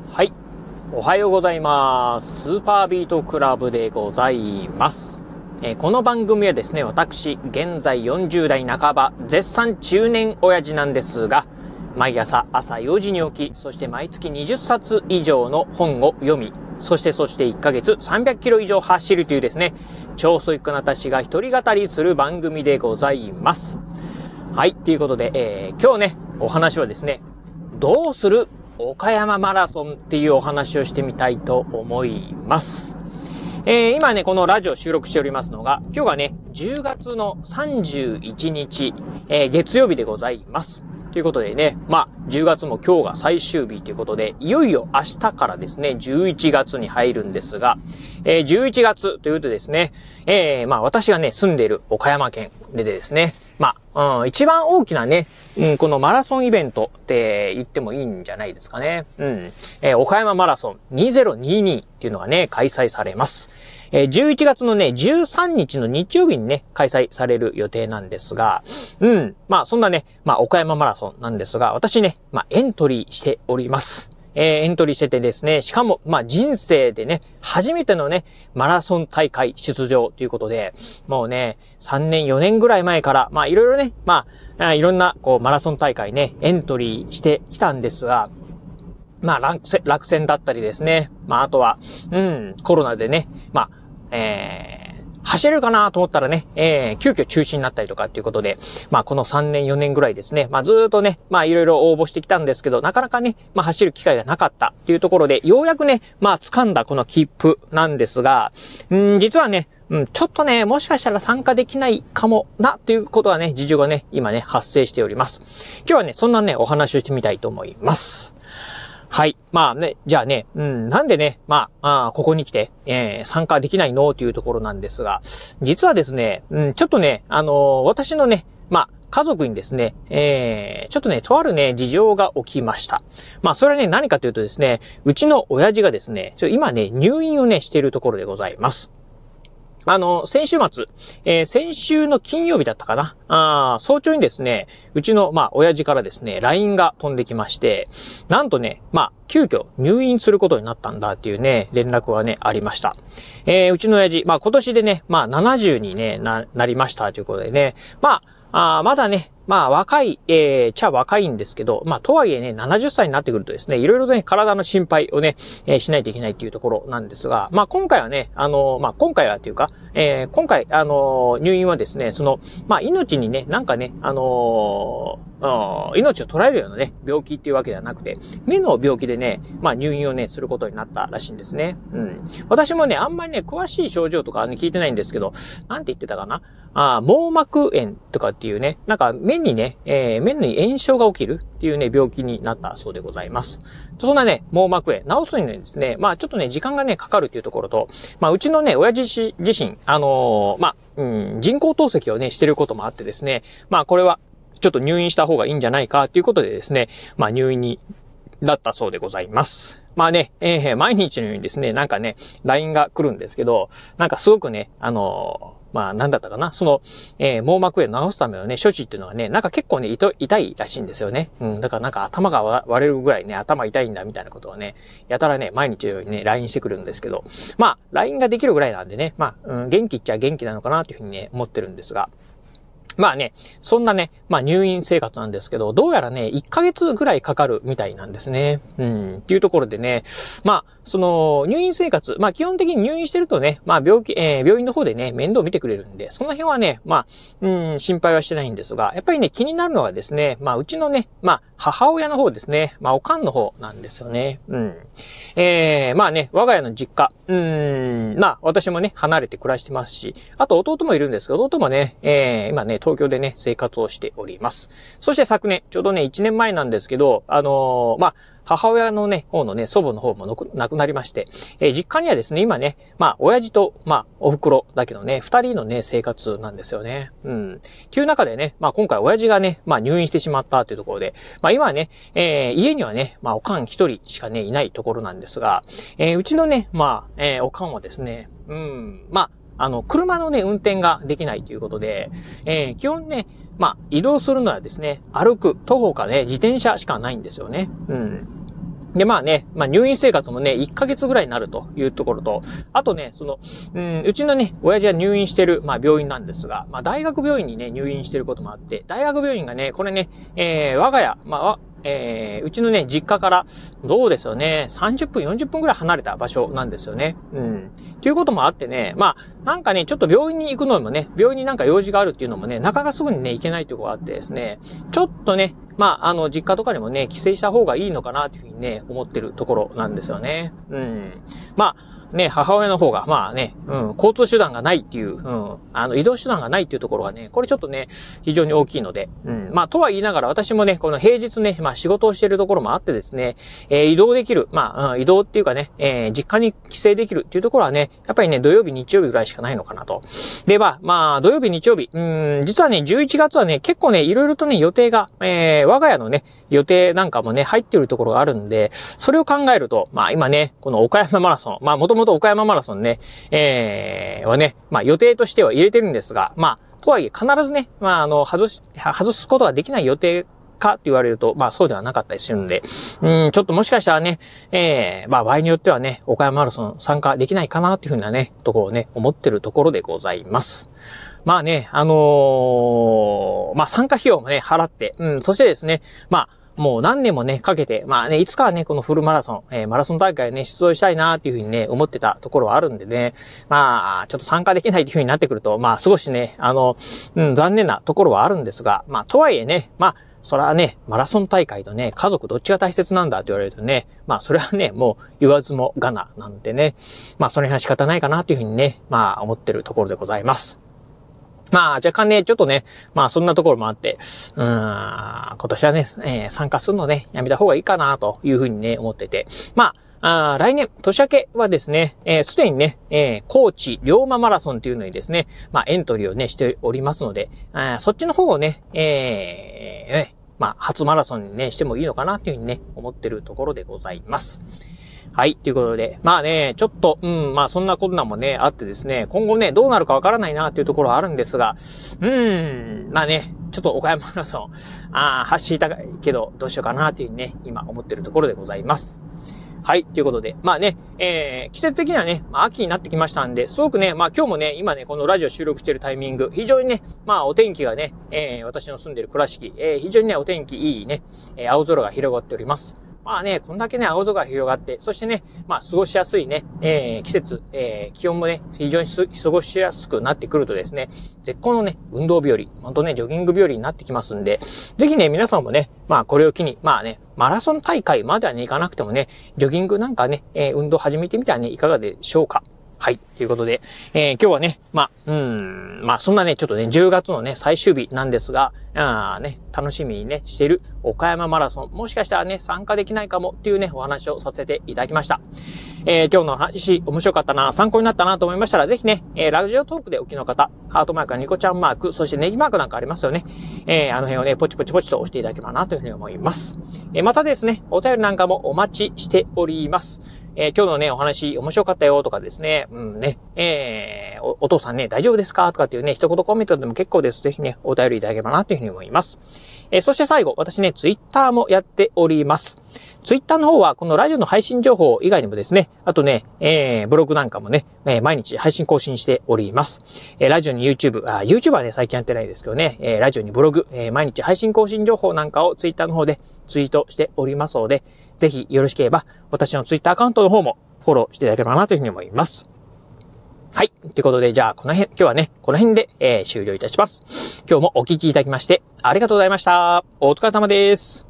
はい。おはようございます。スーパービートクラブでございます。この番組はですね、私、現在40代半ば、絶賛中年親父なんですが、毎朝4時に起き、そして毎月20冊以上の本を読み、そして1ヶ月300キロ以上走るというですね、超ストイックな私が一人語りする番組でございます。はい。ということで、今日ね、お話はですね、どうする岡山マラソンっていうお話をしてみたいと思います。今ね、このラジオ収録しておりますのが、今日がね、10月の31日、月曜日でございます。ということでね、10月も今日が最終日ということで、いよいよ明日からですね、11月に入るんですが、11月というとですね、私がね、住んでいる岡山県でですね、一番大きなね、このマラソンイベントって言ってもいいんじゃないですかね。岡山マラソン2022っていうのがね、開催されます。11月のね、13日の日曜日にね、開催される予定なんですが、そんなね、岡山マラソンなんですが、私ね、エントリーしております。エントリーしててですね、しかも、人生でね、初めてのね、マラソン大会出場ということで、もうね、3年、4年ぐらい前から、いろいろね、いろんな、マラソン大会ね、エントリーしてきたんですが、落選だったりですね。あとは、コロナでね、走れるかなと思ったらね、急遽中止になったりとかっていうことで、この3年4年ぐらいですね、ずーっとね、いろいろ応募してきたんですけど、なかなかね、走る機会がなかったっていうところで、ようやくね、掴んだこの切符なんですが、実はね、ちょっとね、もしかしたら参加できないかもな、っていうことはね、事情がね、今ね、発生しております。今日はね、そんなね、お話をしてみたいと思います。はい。じゃあね、なんでね、ここに来て、参加できないのというところなんですが、実はですね、ちょっとね、私のね、家族にですね、ちょっとね、とあるね、事情が起きました。それはね、何かというとですね、うちの親父がですね、今ね、入院をね、しているところでございます。先週末、先週の金曜日だったかな。早朝にですね、うちの、親父からですね、LINE が飛んできまして、なんとね、急遽入院することになったんだっていうね、連絡がね、ありました。うちの親父、今年でね、70にね、なりましたということでね、まだね、若い、若いんですけど、とはいえね、70歳になってくるとですね、いろいろね、体の心配をね、しないといけないっていうところなんですが、今回はね、今回はというか、今回、入院はですね、命にね、なんかね、命を捉えるようなね、病気っていうわけではなくて、目の病気でね、入院をね、することになったらしいんですね。私もね、あんまりね、詳しい症状とかね、聞いてないんですけど、なんて言ってたかな？網膜炎とかっていうね、なんか目にね、目に炎症が起きるっていうね、病気になったそうでございます。そんなね、網膜炎、治すにはですね、ちょっとね、時間がね、かかるっていうところと、うちのね、親父自身、人工透析をね、してることもあってですね、これは、ちょっと入院した方がいいんじゃないかということでですね、入院になったそうでございます。毎日のようにですね、なんかね、LINE が来るんですけど、なんかすごくね、なんだったかな、網膜炎を治すためのね、処置っていうのはね、なんか結構ね、痛いらしいんですよね。だからなんか頭が割れるぐらいね、頭痛いんだみたいなことをね、やたらね、毎日のようにね、LINE してくるんですけど、LINE ができるぐらいなんでね、元気っちゃ元気なのかなというふうにね、思ってるんですが、そんなね、入院生活なんですけど、どうやらね、1ヶ月ぐらいかかるみたいなんですね。っていうところでね、入院生活、基本的に入院してるとね、病院の方でね、面倒見てくれるんで、その辺はね、心配はしてないんですが、やっぱりね、気になるのはですね、うちのね、母親の方ですね、おかんの方なんですよね。我が家の実家、私もね、離れて暮らしてますし、あと弟もいるんですけど、弟もね、今ね、東京でね、生活をしております。そして昨年、ちょうどね、1年前なんですけど、母親のね、方のね、祖母の方も亡くなりまして、実家にはですね、今ね、親父と、お袋だけどね、2人のね、生活なんですよね。っていう中でね、今回親父がね、入院してしまったというところで、今はね、家にはね、おかん1人しかね、いないところなんですが、うちのね、おかんはですね、車のね、運転ができないということで、基本ね、移動するのはですね、歩く、徒歩かね、自転車しかないんですよね。 で、まあね、まあ入院生活もね、1ヶ月ぐらいになるというところと、あとね、うちのね、親父は入院してる、まあ病院なんですが、まあ大学病院にね、入院してることもあって、大学病院がね、これね、我が家、うちのね、実家から、どうですよね、30分、40分ぐらい離れた場所なんですよね。ということもあってね、まあ、なんかね、ちょっと病院に行くのもね、病院になんか用事があるっていうのもね、なかなかすぐにね、行けないということがあってですね、ちょっとね、まあ、実家とかにもね、帰省した方がいいのかなというふうにね、思ってるところなんですよね。まあ、ね、母親の方が、まあね、交通手段がないっていう、移動手段がないっていうところがね、これちょっとね、非常に大きいので、まあ、とは言いながら私もね、この平日ね、まあ仕事をしているところもあってですね、移動できる、まあ、移動っていうかね、実家に帰省できるっていうところはね、やっぱりね、土曜日、日曜日ぐらいしかないのかなと。で、まあ、土曜日、日曜日、実はね、11月はね、結構ね、いろいろとね、予定が、我が家のね、予定なんかもね、入っているところがあるんで、それを考えると、まあ今ね、この岡山マラソン、まあもともと岡山マラソンね、はね、まあ予定としては入れてるんですが、まあ、とはいえ必ずね、まあ外すことができない予定かって言われると、まあそうではなかったりするので、ちょっともしかしたらね、まあ場合によってはね、岡山マラソン参加できないかなっていうふうなね、ところをね、思ってるところでございます。まあね、まあ参加費用もね、払って、そしてですね、まあ、もう何年もね、かけて、まあね、いつかはね、このフルマラソン、マラソン大会ね、出場したいなっていうふうにね、思ってたところはあるんでね、まあ、ちょっと参加できないっていうふうになってくると、まあ少しね、残念なところはあるんですが、まあとはいえね、まあ、それはね、マラソン大会とね、家族どっちが大切なんだって言われるとね、まあそれはね、もう言わずもがななんでね、まあそれは仕方ないかなというふうにね、まあ思ってるところでございます。まあ、若干ね、ちょっとね、まあそんなところもあって、今年はね、参加するのね、やめた方がいいかなというふうにね、思ってて。まあ、来年、年明けはですね、すでにね、高知龍馬マラソンというのにですね、まあエントリーをね、しておりますので、そっちの方をね、まあ、初マラソンにね、してもいいのかなというふうにね、思ってるところでございます。はい。ということで、まあね、ちょっと、まあそんな困難もね、あってですね、今後ね、どうなるかわからないなっていうところはあるんですが、まあね、ちょっと岡山マラソン、走りたいけど、どうしようかなっていうふうにね、今思ってるところでございます。はい。ということで、まあね、季節的にはね、まあ秋になってきましたんで、すごくね、まあ今日もね、今ね、このラジオ収録しているタイミング、非常にね、まあお天気がね、私の住んでいる倉敷、非常にね、お天気いいね、青空が広がっております。まあね、こんだけね、青空が広がって、そしてね、まあ過ごしやすいね、季節、気温もね、非常に過ごしやすくなってくるとですね、絶好のね、運動日和、ほんとね、ジョギング日和になってきますんで、ぜひね、皆さんもね、まあこれを機に、まあね、マラソン大会まではね、行かなくてもね、ジョギングなんかね、運動始めてみたらね、いかがでしょうか。はい。ということで、今日はね、まあそんなね、ちょっとね、10月のね、最終日なんですが、ね、楽しみにね、している岡山マラソン、もしかしたらね、参加できないかもっていうね、お話をさせていただきました。今日の話、面白かったな、参考になったなと思いましたら、ぜひね、ラジオトークでお聞きの方、ハートマークやニコちゃんマーク、そしてネギマークなんかありますよね。あの辺をね、ポチポチポチと押していただければなというふうに思います。またですね、お便りなんかもお待ちしております。今日のね、お話面白かったよとかですね、お父さんね、大丈夫ですかとかっていうね、一言コメントでも結構です。ぜひね、お便りいただければなというふうに思います。そして最後、私ね、ツイッターもやっております。ツイッターの方は、このラジオの配信情報以外にもですね、あとね、ブログなんかもね、毎日配信更新しております。ラジオに YouTube はね、最近やってないですけどね、ラジオにブログ、毎日配信更新情報なんかをツイッターの方でツイートしておりますので、ぜひよろしければ、私のツイッターアカウントの方もフォローしていただければなというふうに思います。はい。ということで、じゃあ、今日はね、この辺で、終了いたします。今日もお聞きいただきまして、ありがとうございました。お疲れ様です。